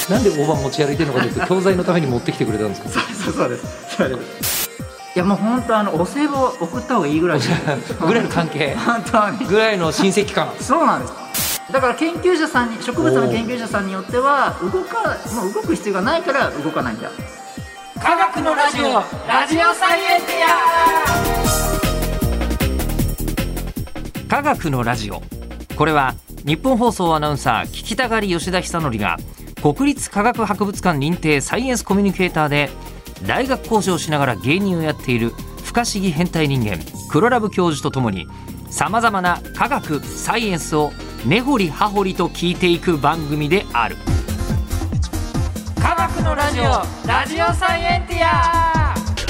なんで大葉持ち歩いてるのかというと教材のために持ってきてくれたんですか。 そうです。いやもう本当お歳暮を送った方がいいぐらいぐらいの関係本当にぐらいの親戚感。 そうなんです。だから研究者さんに植物の研究者さんによってはもう動く必要がないから動かないんだ。 科学のラジオ、ラジオサイエンティア。科学のラジオ、これは日本放送アナウンサー聞きたがり吉田久典が国立科学博物館認定サイエンスコミュニケーターで大学講師をしながら芸人をやっている不可思議変態人間黒ラブ教授とともにさまざまな科学サイエンスを根掘り葉掘りと聞いていく番組である。科学のラジオ、ラジオサイエンティア。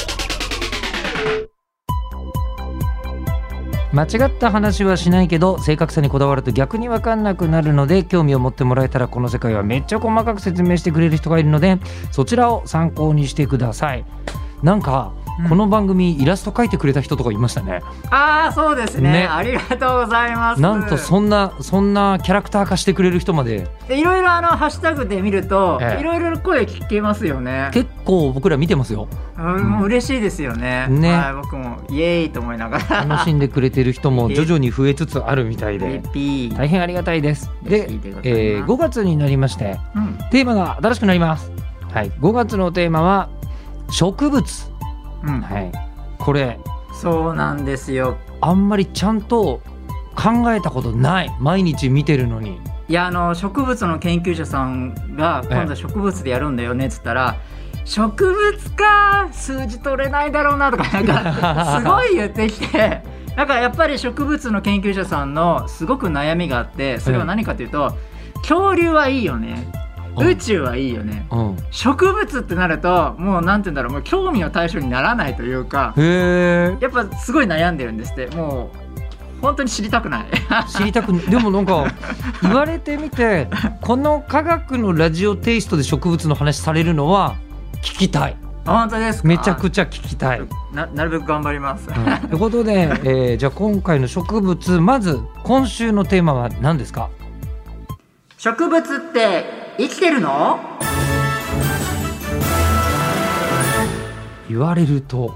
間違った話はしないけど正確さにこだわると逆に分かんなくなるので、興味を持ってもらえたらこの世界はめっちゃ細かく説明してくれる人がいるのでそちらを参考にしてください。なんかこの番組イラスト描いてくれた人とかいましたね。 ああそうです ね。ありがとうございます。 なんとそんなキャラクター化してくれる人まで。 いろいろハッシュタグで見るといろいろ声聞けますよね。 結構僕ら見てますよ。 嬉しいですよね。はい、僕もイエーイと思いながら楽しんでくれてる人も徐々に増えつつあるみたいで大変ありがたいです。で、5月になりまして、テーマが新しくなります。はい、5月のテーマは植物。はい、これそうなんですよ。 あんまりちゃんと考えたことない。毎日見てるのに。 いや植物の研究者さんが今度植物でやるんだよねっつったら、植物か数字取れないだろうなとかなんかすごい言ってきてなんかやっぱり植物の研究者さんのすごく悩みがあって、それは何かというと、恐竜はいいよね、宇宙はいいよね、植物ってなるともうなんて言うんだろう、もう興味の対象にならないというか、やっぱすごい悩んでるんですって。もう本当に知りたくない知りたくでもなんか言われてみてこの科学のラジオテイストで植物の話されるのは聞きたい。 本当ですか。 めちゃくちゃ聞きたい。 なるべく頑張ります、ということで、じゃあ今回の植物、まず今週のテーマは何ですか。 植物って生きてるの？ 言われると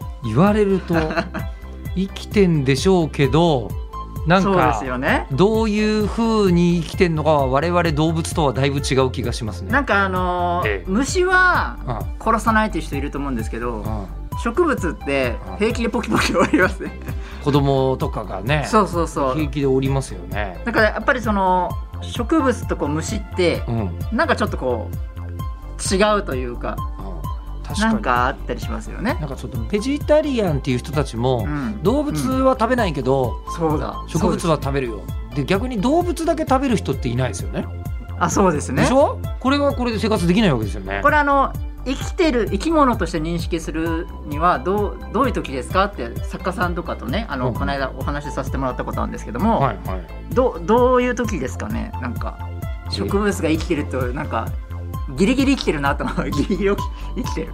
生きてんでしょうけど、なんかそうですよね。どういう風に生きてんのかは我々動物とはだいぶ違う気がしますね。 なんか虫は殺さないという人いると思うんですけど、植物って平気でポキポキ折りますね。 子供とかがね、 そう平気で折りますよね。 だからやっぱりその植物と虫って、なんかちょっとこう違うというか、なんかあったりしますよね。 なんかちょっとベジタリアンっていう人たちも、動物は食べないけど、植物は食べるよ。で逆に動物だけ食べる人っていないですよね。 あ、そうですね。 でしょ？これはこれで生活できないわけですよね。 これ生きてる生き物として認識するにはどういう時ですかって作家さんとかとねこの間お話しさせてもらったことあるんですけども、どういう時ですかね。なんか植物が生きてるとなんかギリギリ生きてるなと思う。ギリギリ生きてる。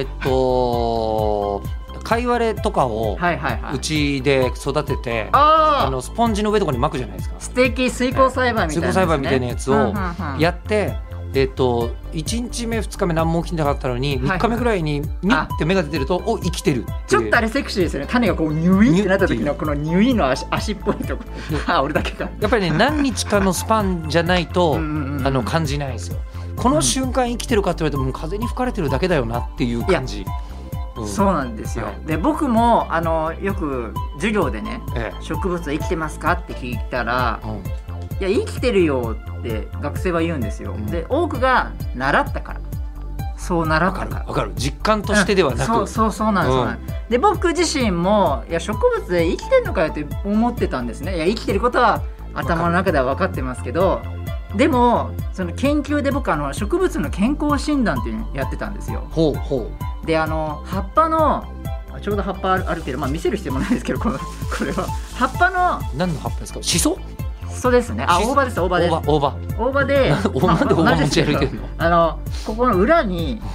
カイワレとかをうちで育てて、スポンジの上とかに巻くじゃないですか。 素敵。水耕栽培みたいな、 水耕栽培みたいなやつをやって、1日目2日目何も起きなかったのに3日目ぐらいにミッて芽が出てるとお生きてるって。 ちょっとあれセクシーですよね。種がこうニュイってなった時のこのニュイの足っぽいとこ俺だけか。 やっぱりね何日かのスパンじゃないと感じないんですよ。この瞬間生きてるかって言われても風に吹かれてるだけだよなっていう感じ。 そうなんですよ。で僕もよく授業でね、植物は生きてますかって聞いたら、いや生きてるよって学生は言うんですよ。で多くが習ったから、そう習ったから。 わかる。実感としてではなく、 そうなんです。で僕自身もいや植物で生きてるのかよって思ってたんですね。いや生きてることは頭の中では分かってますけど、でもその研究で僕植物の健康診断っていうのをやってたんですよ。で葉っぱのちょうど葉っぱあるけど、見せる必要もないですけど、これは葉っぱの何の葉っぱですか。シソ？ そうですね。大葉です。大葉でなんで大葉持ち歩いてるの？ ここの裏に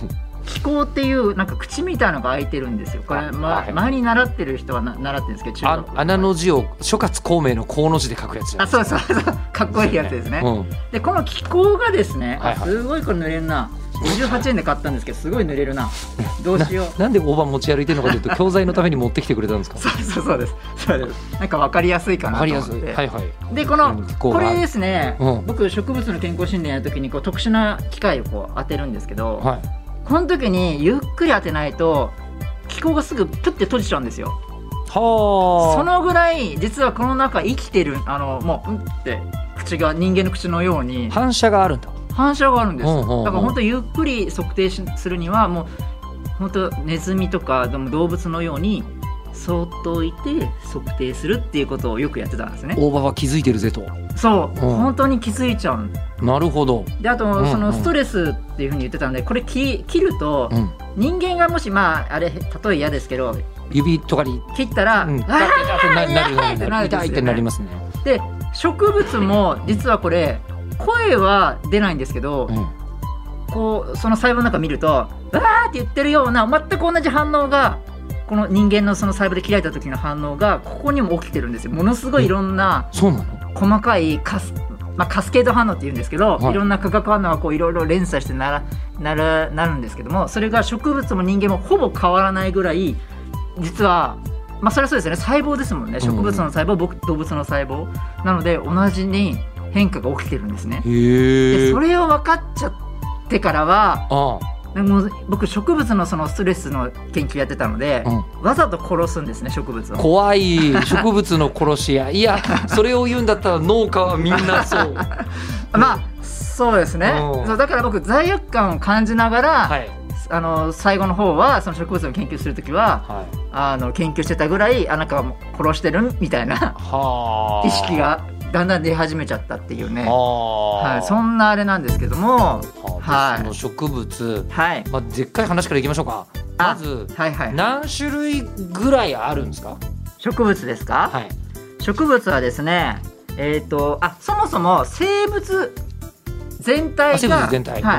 気孔っていうなんか口みたいなのが開いてるんですよ。これ、前に習ってる人は習ってるんですけど、中学穴の字を諸葛孔明の孔の字で書くやつじゃないですか。 そうかっこいいやつですね。でこの気孔がですね、すごいこれ濡れるな。58円で買ったんですけどすごい濡れるな。どうしよう。 なんで大判持ち歩いてるのかというと教材のために持ってきてくれたんですか。 そうです。なんか分かりやすいかなと思って。でこれですね、僕植物の健康診断やるときにこう特殊な機械をこう当てるんですけど、この時にゆっくり当てないと気孔がすぐプッて閉じちゃうんですよ。そのぐらい実はこの中生きてるもうって口が人間の口のように反射があるんだ。 反射があるんです。だから本当ゆっくり測定するにはもう本当ネズミとか動物のようにそっと置いて測定するっていうことをよくやってたんですね。 大場は気づいてるぜと。 本当に気づいちゃう。 なるほど。 であとそのストレスっていうふうに言ってたんで、これ切ると人間がもしあれ例え嫌ですけど指とかに切ったら痛いってなりますね。 で植物も実はこれ声は出ないんですけど、こうその細胞の中見るとわーって言ってるような全く同じ反応がこの人間のその細胞で開いた時の反応がここにも起きてるんですよ。ものすごいいろんな細かいカスケード反応っていうんですけど、いろんな化学反応がこういろいろ連鎖してなるんですけども、それが植物も人間もほぼ変わらないぐらい実はそれはそうですよね、細胞ですもんね。植物の細胞、動物の細胞なので同じに変化が起きてるんですね。でそれを分かっちゃってからはもう僕植物のそのストレスの研究やってたので、わざと殺すんですね植物を。 怖い植物の殺し屋。いやそれを言うんだったら農家はみんなそうそうですね。だから僕罪悪感を感じながら、最後の方はその植物の研究するときは、研究してたぐらいなんか殺してるみたいな意識がだんだん出始めちゃったっていうね、そんなあれなんですけども、 その植物、でっかい話からいきましょうか。まず、何種類ぐらいあるんですか？ 植物ですか？植物はですね、そもそも生物全体が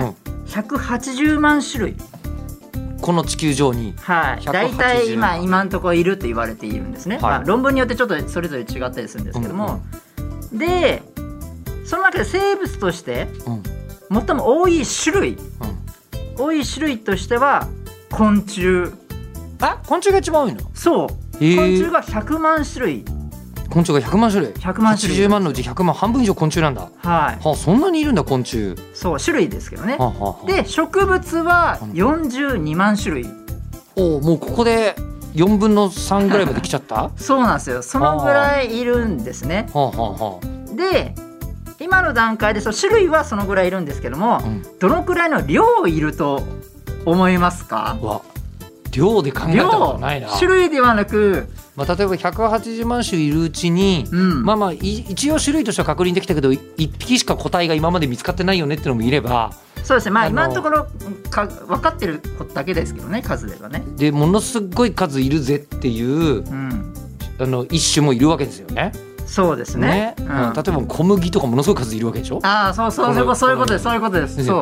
180万種類この地球上に、 大体今のところいると言われているんですね。論文によってちょっとそれぞれ違ったりするんですけども、でその中で生物として最も多い種類としては昆虫。 昆虫が一番多いの？ そう、昆虫が100万種類。 昆虫が100万種類。80万のうち100万、半分以上昆虫なんだ。そんなにいるんだ昆虫。そう種類ですけどね。で植物は42万種類。 もうここで4分の3ぐらいまで来ちゃったそうなんですよ。そのぐらいいるんですね。で今の段階で種類はそのぐらいいるんですけども、どのくらいの量いると思いますか？ 量で考えたことないな。 種類ではなく、 例えば180万種いるうちに、一応種類としては確認できたけど1匹しか個体が今まで見つかってないよねってのもいれば、 そうですね、今のところ分かってることだけですけどね、数ではね。 でものすごい数いるぜっていう、一種もいるわけですよね。 そうですね。 例えば小麦とかものすごい数いるわけでしょ。 そういうことです。そう。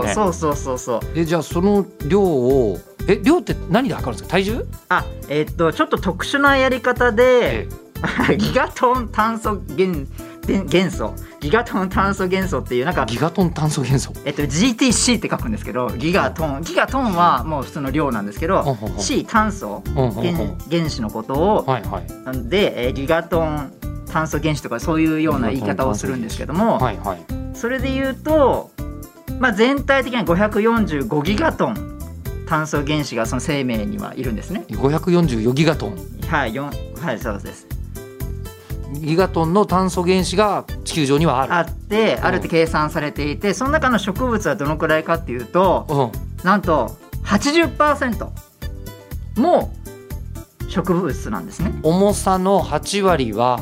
じゃあその量を量って何で測るんですか？体重？ ちょっと特殊なやり方で、ギガトン炭素元素、ギガトン炭素元素っていうギガトン炭素元素、 GTC って書くんですけど、ギガトンはもう普通の量なんですけど、C 炭素原子のことを、でギガトン炭素原子とかそういうような言い方をするんですけども、それで言うと、全体的には545ギガトン炭素原子がその生命にはいるんですね。 544ギガトン。 そうです。 ギガトンの炭素原子が地球上にはあるって計算されていて、その中の植物はどのくらいかっていうと、なんと 80% も植物なんですね。 重さの8割は、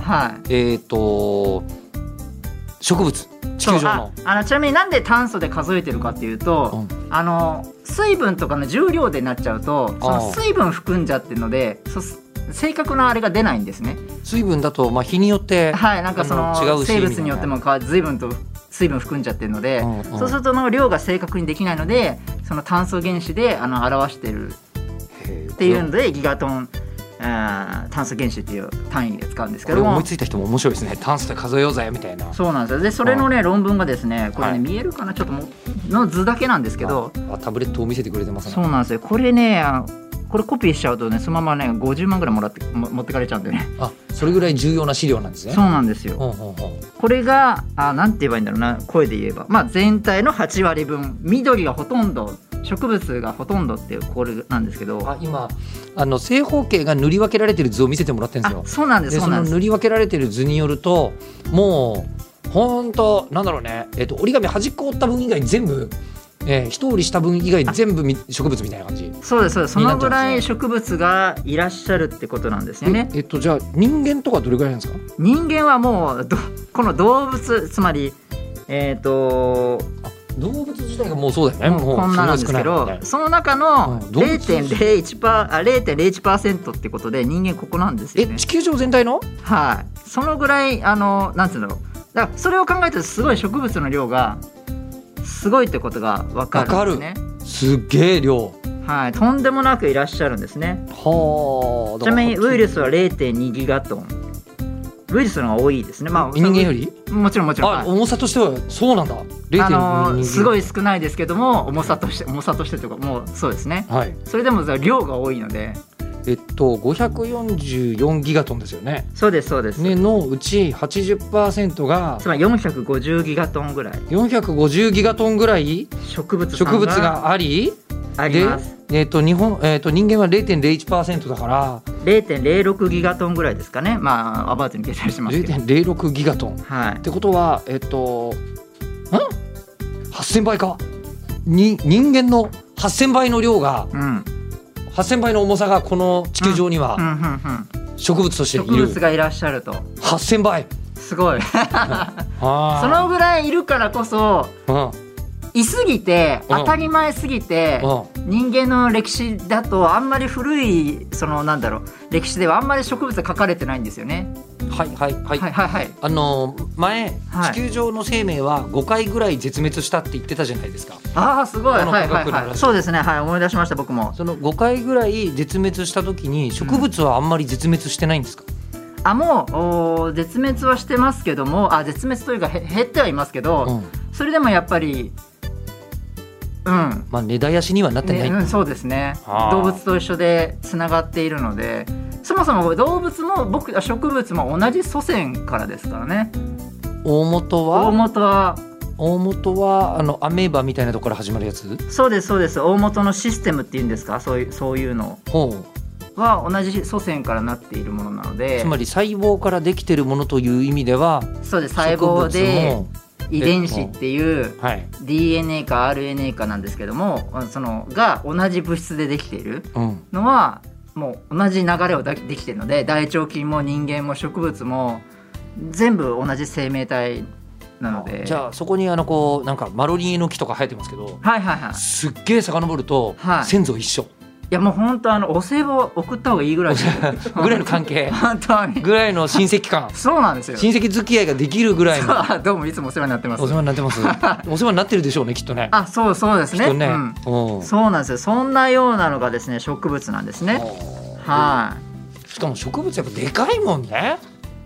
植物、地球上の。 ちなみになんで炭素で数えてるかっていうと、水分とかの重量でなっちゃうと、その水分含んじゃってるので正確なあれが出ないんですね。 水分だと日によって、 なんかその生物によっても随分と水分含んじゃってるので、そうするとの量が正確にできないので、 その炭素原子で表してるっていうのでギガトン炭素原子っていう単位で使うんですけども、 思いついた人も面白いですね。炭素で数えようぜみたいな。 そうなんですよ。でそれのね論文がですね、これね見えるかな、ちょっとの図だけなんですけど、 タブレットを見せてくれてますね。 そうなんですよ。これねこれコピーしちゃうとねそのままね50万ぐらい持ってかれちゃうんでね。 それぐらい重要な資料なんですね。 そうなんですよ。これがなんて言えばいいんだろうな、声で言えば、全体の8割分、緑がほとんど、植物がほとんどっていうこれなんですけど、 今正方形が塗り分けられてる図を見せてもらってるんですよ。 そうなんです。 その塗り分けられてる図によると、もう本当なんだろうね、折り紙端っこ折った分以外全部、一折りした分以外全部植物みたいな感じ。 そうですそうです。そのぐらい植物がいらっしゃるってことなんですよね。 じゃあ人間とかどれぐらいなんですか？ 人間はもうこの動物、つまり動物自体がもうそうだよね。もうこんななんですけど、その中の 0.01% ってことで人間ここなんですよね。 地球上全体の？ はい。そのぐらいなんていうんだろう。だからそれを考えるとすごい植物の量がすごいってことが分かるんですね。すっげえ量。 はい。とんでもなくいらっしゃるんですね。はあ。ちなみにウイルスは 0.2 ギガトン。ウイルスの方が多いですね。 人間より？ もちろん。 重さとしてはそうなんだ。 すごい少ないですけども、重さとしてとかもうそうですね。はい。それでも量が多いので。 544ギガトンですよね。 そうですそうです。 のうち 80% がつまり450ギガトンぐらい。 450ギガトンぐらい植物があります。 人間は 0.01% だから 0.06 ギガトンぐらいですかね。アバウトに計算してますけど 0.06 ギガトン、はい、ってことは8000倍か。人間の8000倍の量が、8000倍の重さがこの地球上には植物としている。 植物がいらっしゃると。 8000倍すごいそのぐらいいるからこそ、いすぎて当たり前すぎて、人間の歴史だとあんまり古い歴史ではあんまり植物は書かれてないんですよね。 前、地球上の生命は5回ぐらい絶滅したって言ってたじゃないですか。 すごい。そうですね。思い出しました。僕もその5回ぐらい絶滅した時に植物はあんまり絶滅してないんですか？ もう絶滅はしてますけども、絶滅というか減ってはいますけど、それでもやっぱり根絶やしにはなってない、 そうですね。動物と一緒でつながっているので、そもそも動物も植物も同じ祖先からですからね。大元はアメーバみたいなところから始まるやつ？ そうですそうです。大元のシステムっていうんですか、そういうのは同じ祖先からなっているものなので、 つまり細胞からできているものという意味では、 そうです。細胞で遺伝子っていう DNA か RNA かなんですけども、そのが同じ物質でできているのは、もう同じ流れをできているので、大腸菌も人間も植物も全部同じ生命体なので。 じゃあそこになんかマロニエの木とか生えてますけど、すっげえ遡ると、先祖一緒。 いやもう本当お歳暮送った方がいいぐらいぐらいの関係本当にぐらいの親戚感そうなんですよ。 親戚付き合いができるぐらいのどうもいつもお世話になってます。 お世話になってますお世話になってるでしょうね、きっとね。 そうですね、そうなんですよ。そんなようなのがですね植物なんですね。 しかも植物やっぱでかいもんね。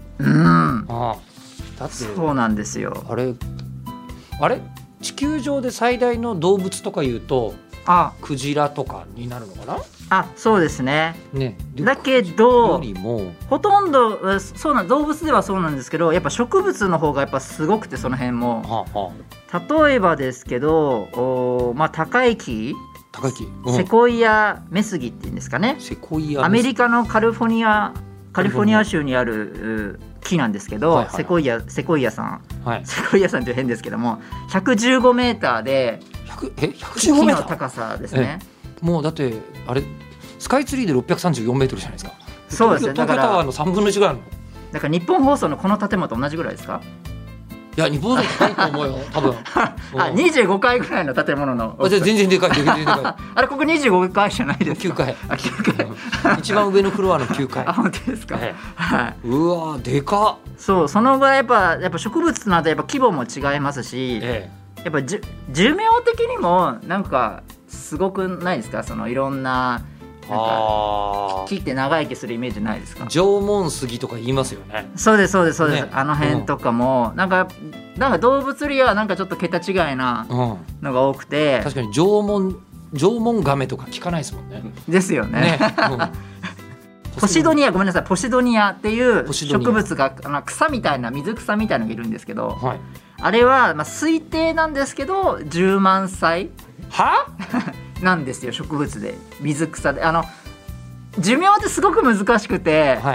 だってそうなんですよ。 あれ地球上で最大の動物とかいうとクジラとかになるのかな。 そうですね。だけどほとんど動物ではそうなんですけど、やっぱ植物の方がやっぱすごくて、その辺も、例えばですけど高い木、セコイアメスギっていうんですかね。アメリカのカリフォルニア州にある木なんですけど、セコイアさん、セコイアさんって変ですけども、115メーターで 115メーターの高さですね。 もうだってあれスカイツリーで634メートルじゃないですか。 そうですね。 東京タワーの3分の1ぐらいの。 だから日本放送のこの建物と同じぐらいですか？ いや日本放送高いと思うよ多分 25階ぐらいの建物の。 全然でかいあれここ25階じゃないですか？ 9階一番上のフロアの9階本当ですか？ うわでかっ。 そのぐらいやっぱ植物となるとやっぱ規模も違いますし、やっぱ寿命的にもなんかすごくないですか？そのいろんな木って長生きするイメージないですか？ 縄文杉とか言いますよね。 そうですそうですそうです、 ね、 あの辺とかも、なんか動物類はなんかちょっと桁違いなのが多くて、 確かに縄文ガメとか聞かないですもんね。 ですよね。ポシドニア、ごめんなさい、ポシドニアっていう植物が草みたいな、水草みたいなのがいるんですけど、はい、あれは推定なんですけど10万歳なんですよ、植物で。水草で寿命ってすごく難しくて、はい、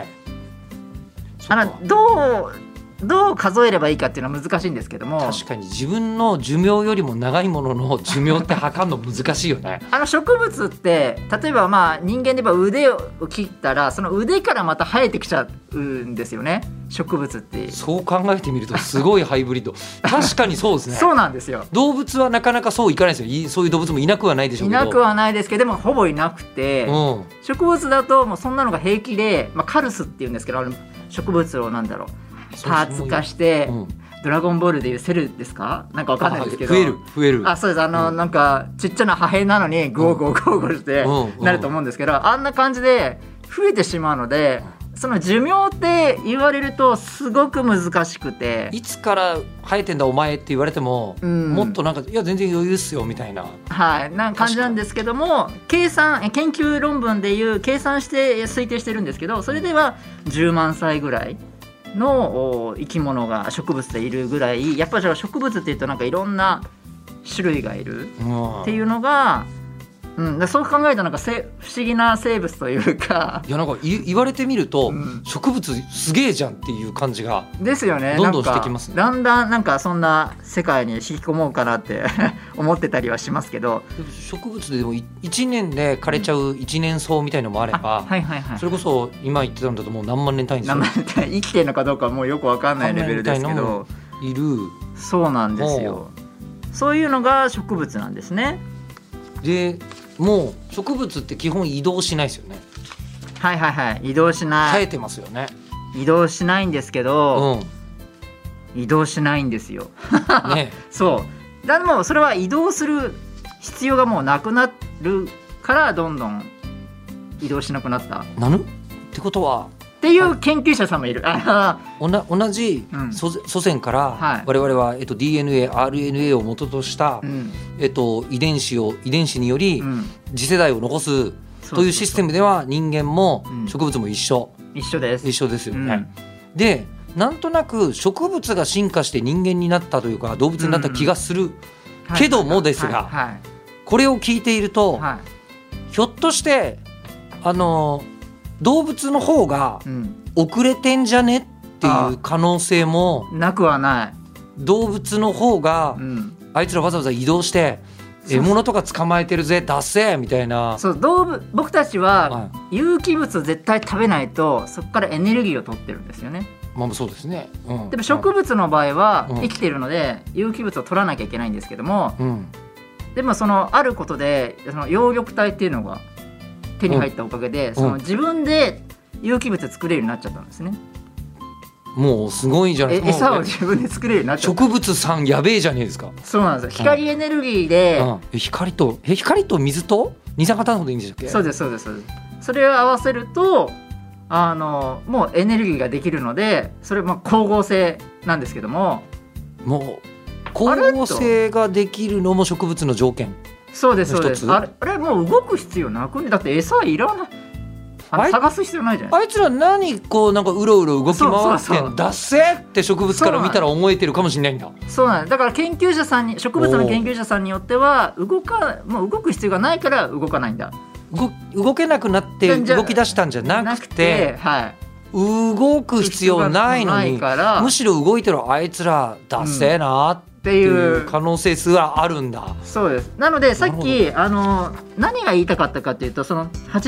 どう数えればいいかっていうのは難しいんですけども、 確かに自分の寿命よりも長いものの寿命って測るの難しいよね。 植物って例えば人間で言えば腕を切ったらその腕からまた生えてきちゃうんですよね、植物って。 そう考えてみるとすごいハイブリッド。確かにそうですね。 そうなんですよ。 動物はなかなかそういかないですよ。そういう動物もいなくはないでしょうけど。 いなくはないですけど、でもほぼいなくて、植物だともうそんなのが平気で、カルスっていうんですけど、植物をパーツ化して、ドラゴンボールでいうセルですか、なんかわかんないですけど、 増える。 そうです。なんかちっちゃな破片なのにゴーゴーしてなると思うんですけど、あんな感じで増えてしまうので、その寿命って言われるとすごく難しくて、 いつから生えてんだお前って言われても、もっとなんかいや全然余裕っすよみたいな、 なんか感じなんですけども、研究論文でいう計算して推定してるんですけど、それでは10万歳ぐらいの生き物が植物でいるぐらい、やっぱり植物っていうとなんかいろんな種類がいるっていうのが、そう考えるとなんか不思議な生物というか、 いやなんか言われてみると、植物すげえじゃんっていう感じがですよね。 どんどんしてきますね。 だんだんなんかそんな世界に引き込もうかなって思ってたりはしますけど、 植物でも1年で枯れちゃう一年草みたいのもあれば、それこそ今言ってたんだともう何万年単位ですよ。 生きてるのかどうかはもうよく分かんないレベルですけど、 いる。 そうなんですよ。そういうのが植物なんですね。 でもう植物って基本移動しないですよね。 移動しない。 生えてますよね。 移動しないんですけど、移動しないんですよ。ね、そうでもそれは移動する必要がもうなくなるからどんどん移動しなくなったってことはっていう研究者さんもいる。 同じ祖先から我々は、DNA、RNA を元とした、遺伝子により次世代を残すというシステムでは人間も植物も一緒ですよね。でなんとなく植物が進化して人間になったというか動物になった気がするけどもですが、これを聞いていると、ひょっとして動物の方が遅れてんじゃねっていう可能性もなくはない。 動物の方が、あいつらわざわざ移動して獲物とか捕まえてるぜ出せみたいな。 僕たちは有機物を絶対食べないとそこからエネルギーを取ってるんですよね。 そうですね、 でも植物の場合は生きているので有機物を取らなきゃいけないんですけども、でもあることで葉緑体っていうのが手に入ったおかげで、自分で有機物作れるようになっちゃったんですね。 もうすごいじゃないですか。 餌を自分で作れるようになっちゃった。 植物さんやべえじゃねえですか。 そうなんですよ。光エネルギーで、 光と水と二酸化炭素でいいんでしたっけ？ そうです。それを合わせるともうエネルギーができるので、それ光合成なんですけども、 もう光合成ができるのも植物の条件。 そうです。あれもう動く必要なくね。だって餌いらない。探す必要ないじゃない。 あいつら何なんかうろうろ動き回ってんだっせって植物から見たら思えてるかもしれないんだ。 そうなんだから植物の研究者さんによってはもう動く必要がないから動かないんだ。 動けなくなって動き出したんじゃなくて、動く必要ないのにむしろ動いてるあいつらだっせなっていう可能性すらあるんだ。 そうです。なのでさっき何が言いたかったかっていうと、その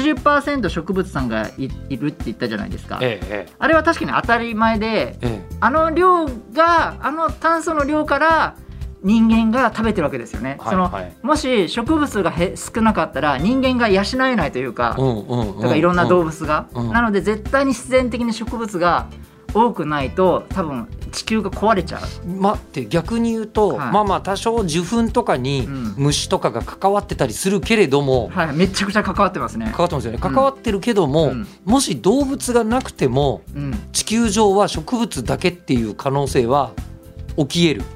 80% 植物さんが いるって言ったじゃないですか、あれは確かに当たり前で、量が炭素の量から人間が食べてるわけですよね。もし植物が少なかったら人間が養えないというか、だからいろんな動物が、なので絶対に自然的に植物が多くないと多分地球が壊れちゃう。 待って逆に言うと、 はいまあまあ多少受粉とかにうん虫とかが関わってたりするけれども、 はい、めちゃくちゃ関わってますね。 関わってますよね。関わってるけども、 うんもし動物がなくてもうん、 地球上は植物だけっていう可能性は起き得る。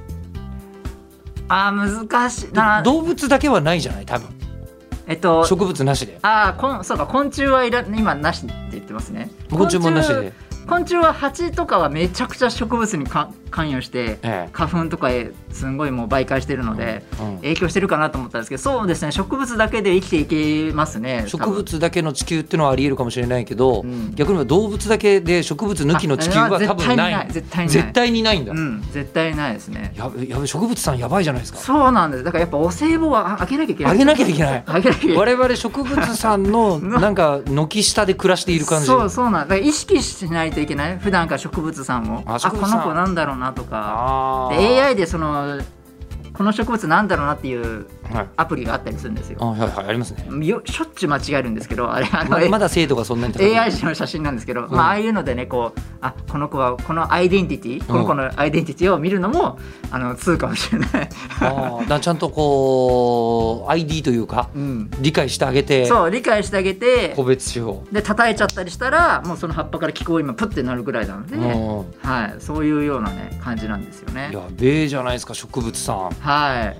難しいな。 動物だけはないじゃない多分。植物なしで。 そうか、昆虫は今なしって言ってますね。 昆虫もなしで。 昆虫は蜂とかはめちゃくちゃ植物に関与してええ花粉とかすんごいもう媒介してるのでうん影響してるかなと思ったんですけど、そうですね、植物だけで生きていけますね。 植物だけの地球っていうのはありえるかもしれないけど、 うん逆に言えば動物だけで植物抜きの地球は多分ない。 絶対にない。 絶対にないんだ。 絶対ないですね。 やべ植物さんやばいじゃないですか。 そうなんです。だからやっぱお歳暮はあげなきゃいけない。 あげなきゃいけない。 あげなきゃいけない。 我々植物さんのなんか軒下で暮らしている感じ。 そうなんだ。から意識しないといけない。普段から植物さんも植物さんこの子なんだろうなとかで AI でこの植物なんだろうなっていうアプリがあったりするんですよ。 ありますね。 しょっちゅう間違えるんですけど、あれまだ精度がそんなに高い。 AI の写真なんですけど、ああいうのでね、この子はこのアイデンティティ、この子のアイデンティティを見るのも通かもしれない。 ちゃんとこう ID というか、理解してあげて、 そう理解してあげて個別手法で叩いちゃったりしたらもうその葉っぱから気候今プッてなるぐらいなので、はい、そういうようなね感じなんですよね。 やべえじゃないですか植物さん。 はい、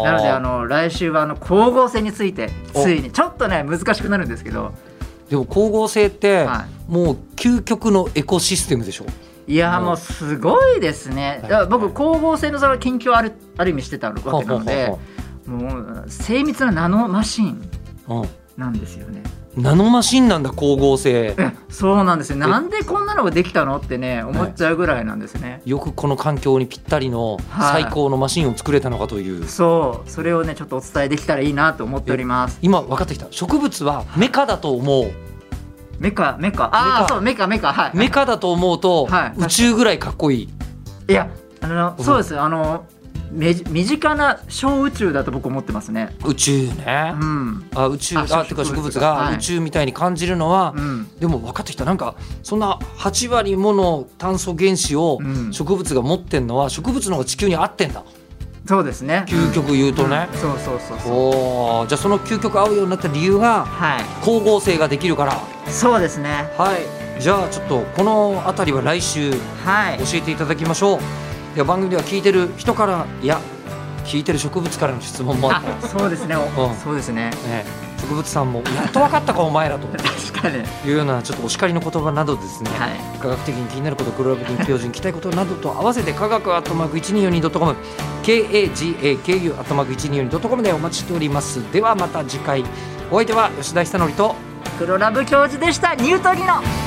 なので来週は光合成についてついにちょっとね難しくなるんですけど、 でも光合成って、もう究極のエコシステムでしょ。 いやもうすごいですね。だから僕光合成の研究をある意味してたわけなので、もう精密なナノマシンなんですよね。 ナノマシンなんだ光合成。 そうなんですよ。なんでこんなのができたのってね思っちゃうぐらいなんですね。 よくこの環境にぴったりの最高のマシンを作れたのかという、 それをねちょっとお伝えできたらいいなと思っております。 今分かってきた。植物はメカだと思う。 メカそうメカはい。 メカだと思うと、宇宙ぐらいかっこいい。 いやそうです。身近な小宇宙だと僕思ってますね。 宇宙ね、宇宙てか植物が宇宙みたいに感じるのは、でも分かってきた。なんかそんな8割もの炭素原子を植物が持ってんのは植物の方が地球に合ってんだ。 そうですね。 究極言うとね。 そうじゃあその究極合うようになった理由が、光合成ができるから。 そうですね。 はい。じゃあちょっとこのあたりは来週教えていただきましょう。では番組では聞いてる人から聞いてる植物からの質問もあった。 そうですね。そうですね。 植物さんもやっと分かったかお前らと確かにいうようなちょっとお叱りの言葉などですね、科学的に気になること黒ラブ研究所に聞きたいことなどと合わせて科学@1242.com KAGAKU@1242.com でお待ちしております。ではまた次回。お相手は吉田久典と黒ラブ教授でした。ニュートリノ。